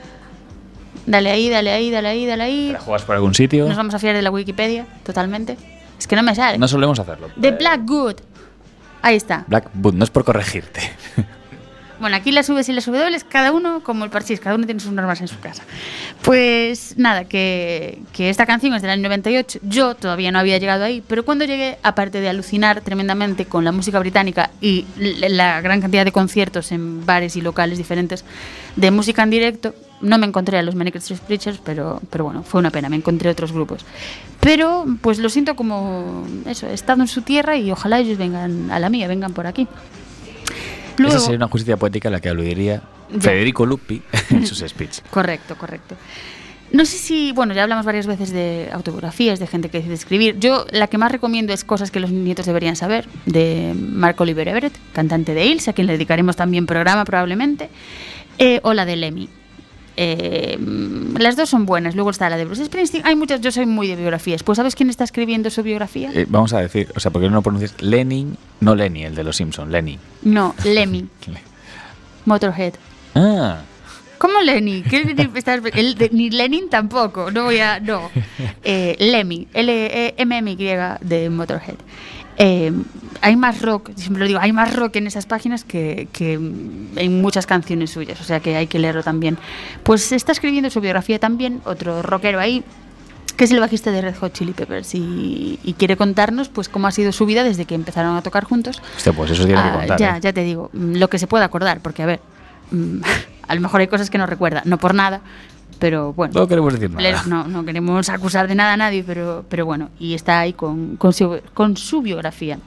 Dale ahí, dale ahí, dale ahí, dale ahí. ¿La juegas por algún sitio? Nos vamos a fiar de la Wikipedia, totalmente. Es que no me sale. No solemos hacerlo. De Blackwood. Ahí está. Blackwood, no es por corregirte. Bueno, aquí las V's y las W, cada uno como el parchís, cada uno tiene sus normas en su casa. Pues nada, que, que esta canción es del año noventa y ocho. Yo todavía no había llegado ahí, pero cuando llegué, aparte de alucinar tremendamente con la música británica y la gran cantidad de conciertos en bares y locales diferentes de música en directo, no me encontré a los Manic Street Preachers, pero, pero bueno, fue una pena, me encontré otros grupos. Pero pues lo siento como eso, he estado en su tierra y ojalá ellos vengan a la mía, vengan por aquí. Luego, esa sería una justicia poética a la que aludiría Federico Lupi en sus speeches. Correcto, correcto. No sé si, bueno, ya hablamos varias veces de autobiografías, de gente que decide escribir. Yo la que más recomiendo es Cosas que los nietos deberían saber, de Mark Oliver Everett, cantante de Ilse, a quien le dedicaremos también programa probablemente, eh, o la de Lemmy. Eh, las dos son buenas. Luego está la de Bruce Springsteen. Hay muchas, yo soy muy de biografías. Pues ¿sabes quién está escribiendo su biografía? Eh, vamos a decir, o sea, porque no lo pronuncias Lenin, no Lenny, el de los Simpsons, Lenny. No, Lemmy. Motorhead. Ah. ¿Cómo Lenny? ¿Qué estás, el de, ni Lenin tampoco. No voy a, no. Eh, Lemmy, L E M M Y de Motorhead. Eh, hay más rock, siempre lo digo, hay más rock en esas páginas que, que en muchas canciones suyas, o sea que hay que leerlo también. Pues está escribiendo su biografía también, otro rockero ahí, que es el bajista de Red Hot Chili Peppers, y, y quiere contarnos pues cómo ha sido su vida desde que empezaron a tocar juntos. Hostia, pues eso tiene ah, que contar. Ya, ¿eh? ya te digo, lo que se pueda acordar, porque a ver, a lo mejor hay cosas que no recuerda, no por nada, pero bueno. No queremos decir nada. No, no queremos acusar de nada a nadie, pero, pero bueno, y está ahí con, con, su, con su biografía.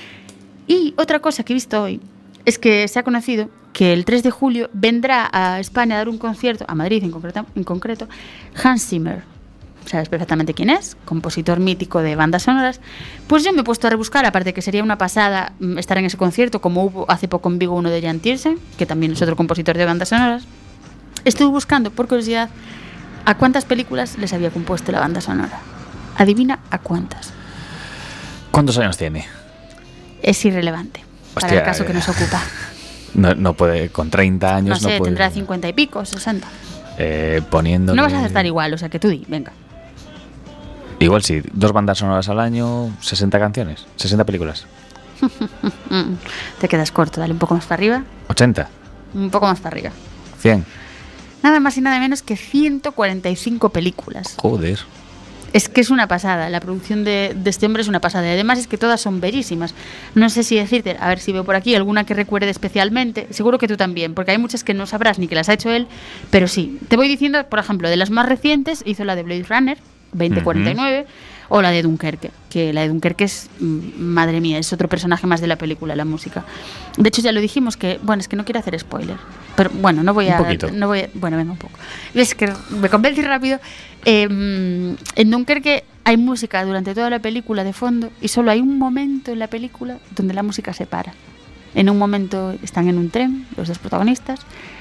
Y otra cosa que he visto hoy es que se ha conocido que el tres de julio vendrá a España a dar un concierto, a Madrid en concreto, en concreto Hans Zimmer. ¿Sabes perfectamente quién es? Compositor mítico de bandas sonoras. Pues yo me he puesto a rebuscar, aparte que sería una pasada estar en ese concierto, como hubo hace poco en Vigo uno de Jan Tiersen, que también es otro compositor de bandas sonoras. Estuve buscando, por curiosidad, a cuántas películas les había compuesto la banda sonora. Adivina a cuántas. ¿Cuántos años tiene? Es irrelevante. Hostia, para el caso que nos ocupa. No, no puede, con treinta años no sé, no puede. Tendrá cincuenta y pico, sesenta. Eh, poniendo. No vas a acertar igual, o sea que tú di, venga. Igual sí, dos bandas sonoras al año, sesenta canciones, sesenta películas. Te quedas corto, dale un poco más para arriba. ochenta. Un poco más para arriba. cien. Nada más y nada menos que ciento cuarenta y cinco películas. Joder. Es que es una pasada, la producción de, de este hombre es una pasada. Y además es que todas son bellísimas. No sé si decirte, a ver si veo por aquí alguna que recuerde especialmente. Seguro que tú también, porque hay muchas que no sabrás ni que las ha hecho él. Pero sí, te voy diciendo, por ejemplo, de las más recientes, hizo la de Blade Runner veinte cuarenta y nueve, uh-huh. o la de Dunkerque, que la de Dunkerque es, madre mía, es otro personaje más de la película, la música. De hecho, ya lo dijimos que, bueno, es que no quiero hacer spoiler, pero bueno, no voy a... Un poquito. No voy a, bueno, venga, un poco. Es que me convencí rápido. Eh, en Dunkerque hay música durante toda la película de fondo y solo hay un momento en la película donde la música se para. En un momento están en un tren, los dos protagonistas,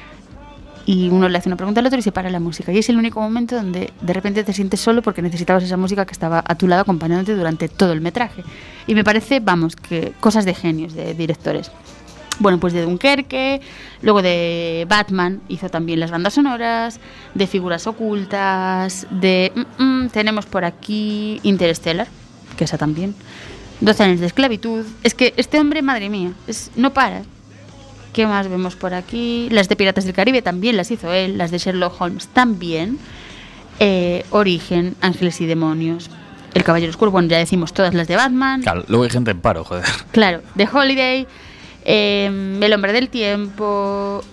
y uno le hace una pregunta al otro y se para la música. Y es el único momento donde de repente te sientes solo porque necesitabas esa música que estaba a tu lado acompañándote durante todo el metraje. Y me parece, vamos, que cosas de genios, de directores. Bueno, pues de Dunkerque, luego de Batman hizo también las bandas sonoras, de Figuras ocultas, de... Mm, mm, tenemos por aquí Interstellar, que esa también, doce años de esclavitud. Es que este hombre, madre mía, es, no para. ¿Qué más vemos por aquí? Las de Piratas del Caribe también las hizo él, las de Sherlock Holmes también, eh, Origen, Ángeles y Demonios, El Caballero Oscuro, bueno, ya decimos todas las de Batman. Claro, luego hay gente en paro, joder. Claro, The Holiday, eh, El Hombre del Tiempo,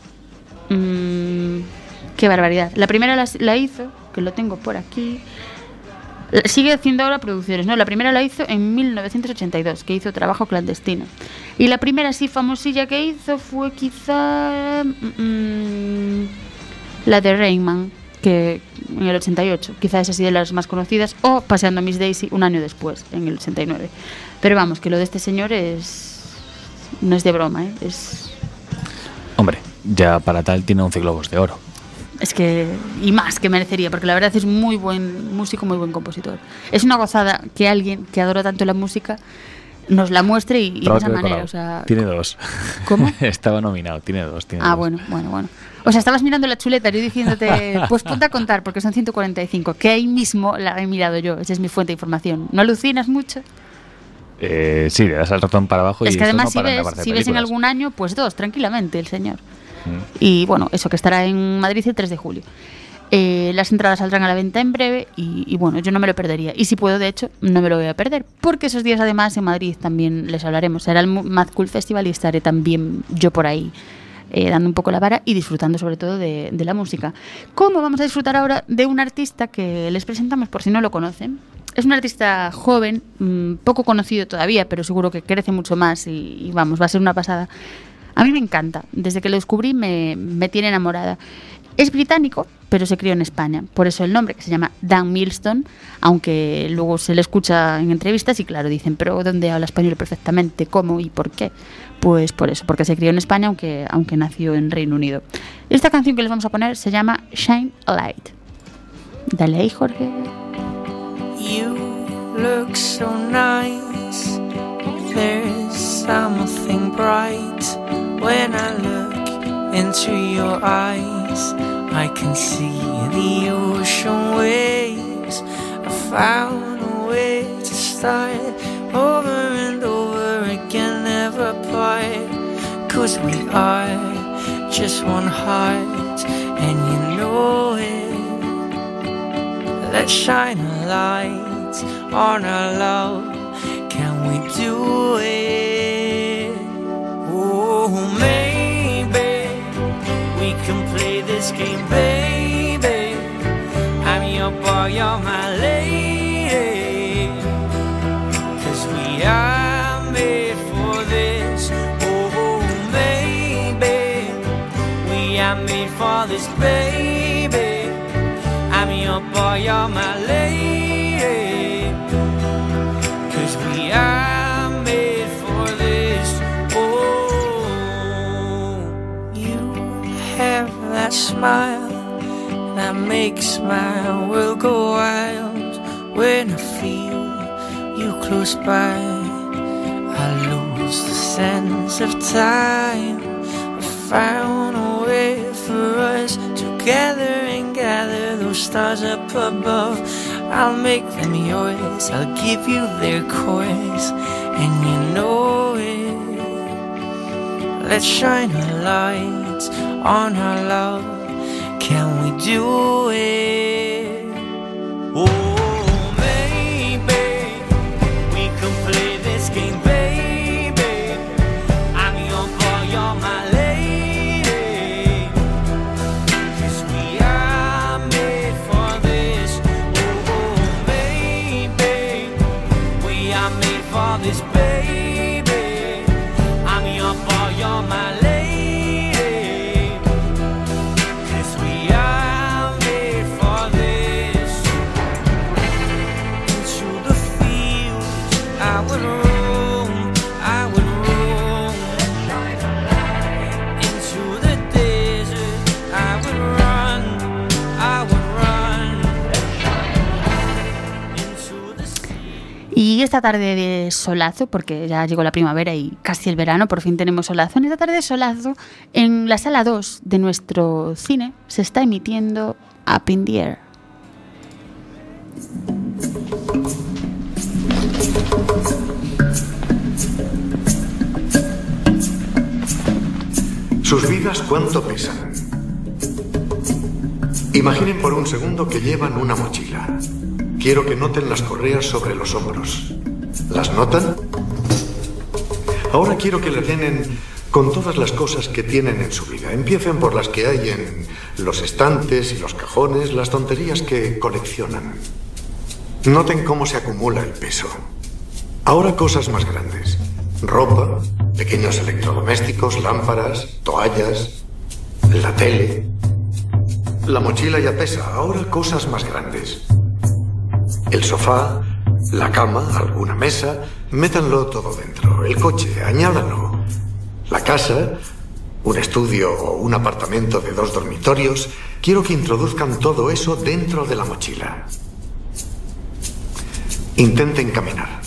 mmm, qué barbaridad. La primera la, la hizo, que lo tengo por aquí. Sigue haciendo ahora producciones, ¿no? La primera la hizo en mil novecientos ochenta y dos, que hizo Trabajo clandestino. Y la primera así famosilla que hizo fue quizá mmm, la de Rayman, que en el ochenta y ocho, quizá es así de las más conocidas, o Paseando a Miss Daisy un año después, en el ochenta y nueve. Pero vamos, que lo de este señor es... no es de broma, ¿eh? Es... Hombre, ya para tal tiene once globos de oro. Es que, y más que merecería, porque la verdad es muy buen músico, muy buen compositor. Es una gozada que alguien que adora tanto la música nos la muestre y, y de esa manera. O sea, tiene dos. ¿Cómo? Estaba nominado, tiene dos. Tiene ah, dos. bueno, bueno, bueno. O sea, estabas mirando la chuleta, yo diciéndote, pues ponte a contar, porque son ciento cuarenta y cinco, que ahí mismo la he mirado yo, esa es mi fuente de información. ¿No alucinas mucho? Eh, sí, le das al ratón para abajo y es que además no si, ves, si ves en algún año, pues dos, tranquilamente, el señor. Mm. Y bueno, eso que estará en Madrid el tres de julio. Eh, las entradas saldrán a la venta en breve y, y bueno, yo no me lo perdería. Y si puedo, de hecho, no me lo voy a perder, porque esos días además en Madrid también les hablaremos. Será el Mad Cool Festival y estaré también yo por ahí eh, dando un poco la vara y disfrutando sobre todo de, de la música. ¿Cómo vamos a disfrutar ahora de un artista que les presentamos por si no lo conocen? Es un artista joven, mmm, poco conocido todavía, pero seguro que crece mucho más y, y vamos, va a ser una pasada. A mí me encanta, desde que lo descubrí me, me tiene enamorada. Es británico, pero se crió en España, por eso el nombre, que se llama Dan Milston, aunque luego se le escucha en entrevistas y claro, dicen, pero ¿dónde habla español perfectamente? ¿Cómo y por qué? Pues por eso, porque se crió en España, aunque, aunque nació en Reino Unido. Esta canción que les vamos a poner se llama Shine a Light. Dale ahí, Jorge. You look so nice. There's something bright when I look into your eyes. I can see the ocean waves. I found a way to start over and over again, never part. 'Cause we are just one heart, and you know it. Let's shine a light on our love. Can we do it? Oh, maybe we can play this game, baby. I'm your boy, you're my lady. 'Cause we are made for this. Oh, maybe we are made for this, baby. I'm your boy, you're my lady. 'Cause we are made for this. Oh, you have that smile that makes my world go wild. When I feel you close by, I lose the sense of time. I found a way for us together and gather those stars up above. I'll make them yours, I'll give you their course, and you know it. Let's shine a light on our love. Can we do it? Oh, man. again, baby. I'm your boy, you're my lady. 'Cause we are made for this. Oh, oh, baby. We are made for this, baby. I'm your boy, you're my lady. Y esta tarde de solazo, porque ya llegó la primavera y casi el verano, por fin tenemos solazo. En esta tarde de solazo, en la sala dos de nuestro cine, se está emitiendo Up in the Air. Sus vidas, ¿cuánto pesan? Imaginen por un segundo que llevan una mochila. Quiero que noten las correas sobre los hombros. ¿Las notan? Ahora quiero que le llenen con todas las cosas que tienen en su vida. Empiecen por las que hay en los estantes y los cajones, las tonterías que coleccionan. Noten cómo se acumula el peso. Ahora cosas más grandes. Ropa, pequeños electrodomésticos, lámparas, toallas, la tele. La mochila ya pesa. Ahora cosas más grandes. El sofá, la cama, alguna mesa, métanlo todo dentro. El coche, añádanlo. La casa, un estudio o un apartamento de dos dormitorios. Quiero que introduzcan todo eso dentro de la mochila. Intenten caminar.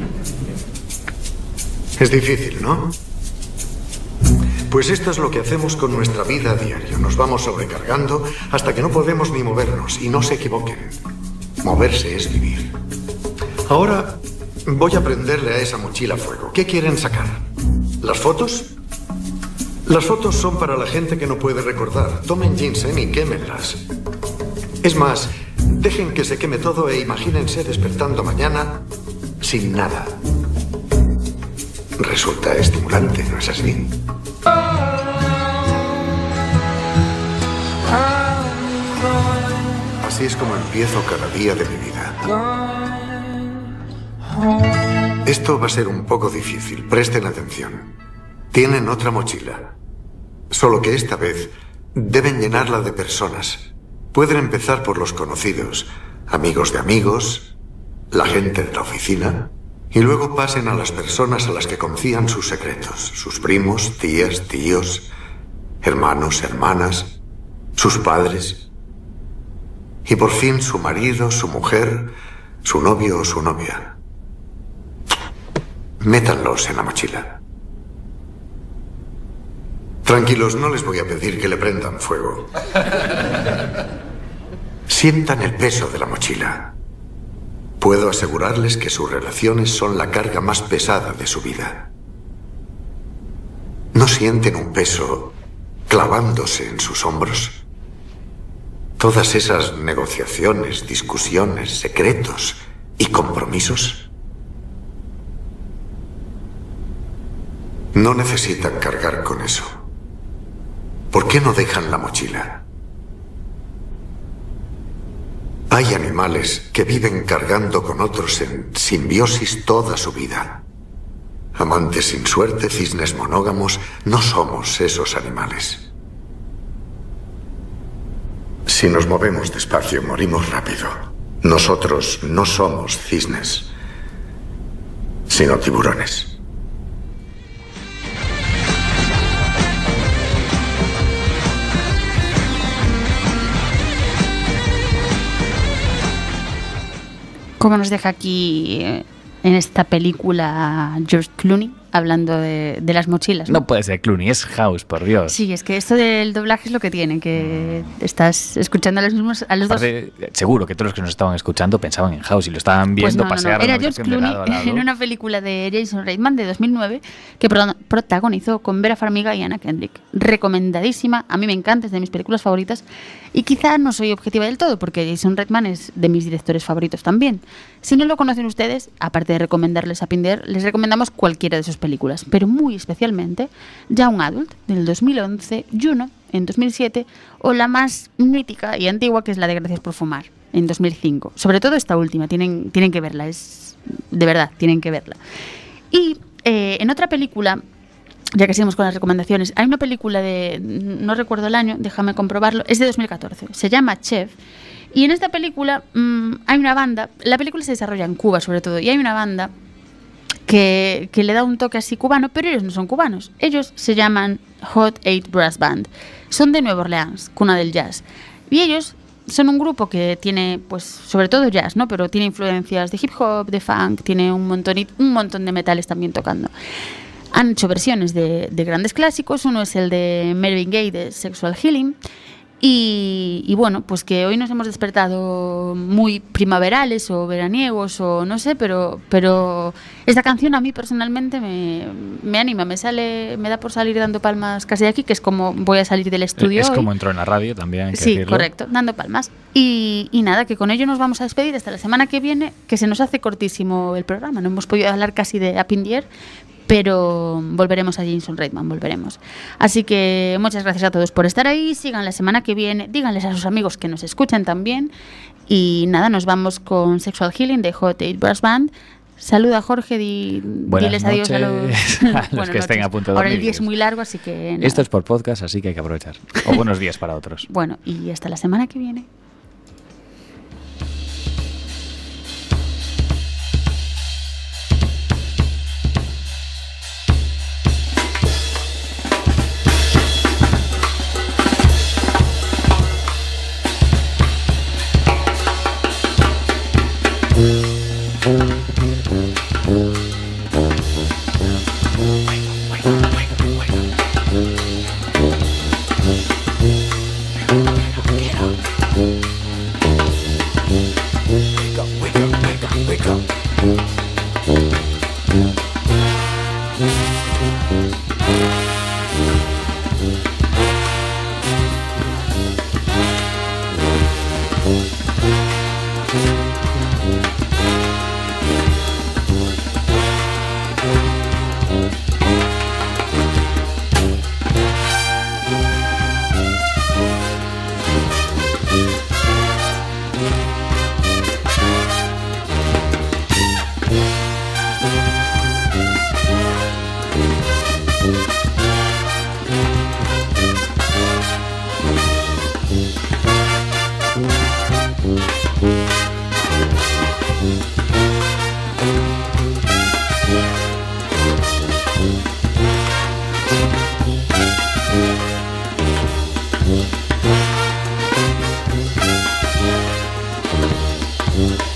Es difícil, ¿no? Pues esto es lo que hacemos con nuestra vida a diario. Nos vamos sobrecargando hasta que no podemos ni movernos. Y no se equivoquen. Moverse es vivir. Ahora voy a prenderle a esa mochila fuego. ¿Qué quieren sacar? ¿Las fotos? Las fotos son para la gente que no puede recordar. Tomen ginseng y quémenlas. Es más, dejen que se queme todo e imagínense despertando mañana sin nada. Resulta estimulante, ¿no es así? Así es como empiezo cada día de mi vida. Esto va a ser un poco difícil, presten atención. Tienen otra mochila, solo que esta vez deben llenarla de personas. Pueden empezar por los conocidos, amigos de amigos, la gente de la oficina, y luego pasen a las personas a las que confían sus secretos, sus primos, tías, tíos, hermanos, hermanas, sus padres. Y por fin su marido, su mujer, su novio o su novia. Métanlos en la mochila. Tranquilos, no les voy a pedir que le prendan fuego. Sientan el peso de la mochila. Puedo asegurarles que sus relaciones son la carga más pesada de su vida. ¿No sienten un peso clavándose en sus hombros? Todas esas negociaciones, discusiones, secretos y compromisos. No necesitan cargar con eso. ¿Por qué no dejan la mochila? Hay animales que viven cargando con otros en simbiosis toda su vida. Amantes sin suerte, cisnes monógamos, no somos esos animales. Si nos movemos despacio, morimos rápido. Nosotros no somos cisnes, sino tiburones. Como nos deja aquí en esta película George Clooney, hablando de, de las mochilas. ¿no? No puede ser Clooney, es House, por Dios. Sí, es que esto del doblaje es lo que tiene, que estás escuchando a los mismos, a los Aparte, dos. seguro que todos los que nos estaban escuchando pensaban en House y lo estaban viendo Pues no, no, pasear no. la Era George habitación de Clooney lado a lado. en una película de Jason Reitman de dos mil nueve que pro- protagonizó con Vera Farmiga y Anna Kendrick. Recomendadísima, a mí me encanta, es de mis películas favoritas y quizá no soy objetiva del todo porque Jason Reitman es de mis directores favoritos también. Si no lo conocen ustedes, aparte de recomendarles a Pinder, les recomendamos cualquiera de sus películas, pero muy especialmente Young Adult del dos mil once, Juno en dos mil siete o la más mítica y antigua que es la de Gracias por fumar en dos mil cinco. Sobre todo esta última, tienen, tienen que verla, es de verdad, tienen que verla. Y eh, en otra película, ya que seguimos con las recomendaciones, hay una película de, no recuerdo el año, déjame comprobarlo, es de dos mil catorce, se llama Chef. Y en esta película mmm, hay una banda, la película se desarrolla en Cuba sobre todo, y hay una banda que, que le da un toque así cubano, pero ellos no son cubanos. Ellos se llaman Hot Eight Brass Band. Son de Nueva Orleans, cuna del jazz. Y ellos son un grupo que tiene, pues, sobre todo jazz, ¿no? Pero tiene influencias de hip hop, de funk, tiene un montón, un montón de metales también tocando. Han hecho versiones de, de grandes clásicos. Uno es el de Marvin Gaye de Sexual Healing. Y, y bueno, pues que hoy nos hemos despertado muy primaverales o veraniegos o no sé, pero, pero esta canción a mí personalmente me, me anima, me sale, me da por salir dando palmas casi de aquí, que es como voy a salir del estudio. Es hoy. como entró en la radio también, hay que Sí, decirlo. correcto, dando palmas. Y, y nada, que con ello nos vamos a despedir hasta la semana que viene, que se nos hace cortísimo el programa, no hemos podido hablar casi de Apindier, pero volveremos a Jason Reitman, volveremos. Así que muchas gracias a todos por estar ahí, sigan la semana que viene, díganles a sus amigos que nos escuchan también y nada, nos vamos con Sexual Healing de Hot Eight Brass Band. Saluda Jorge, di, diles adiós a los, a los buenas que estén noches. a punto de Ahora el dormir. día es muy largo, así que nada. Esto es por podcast, así que hay que aprovechar. O buenos días para otros. Bueno, y hasta la semana que viene. Mm-hmm.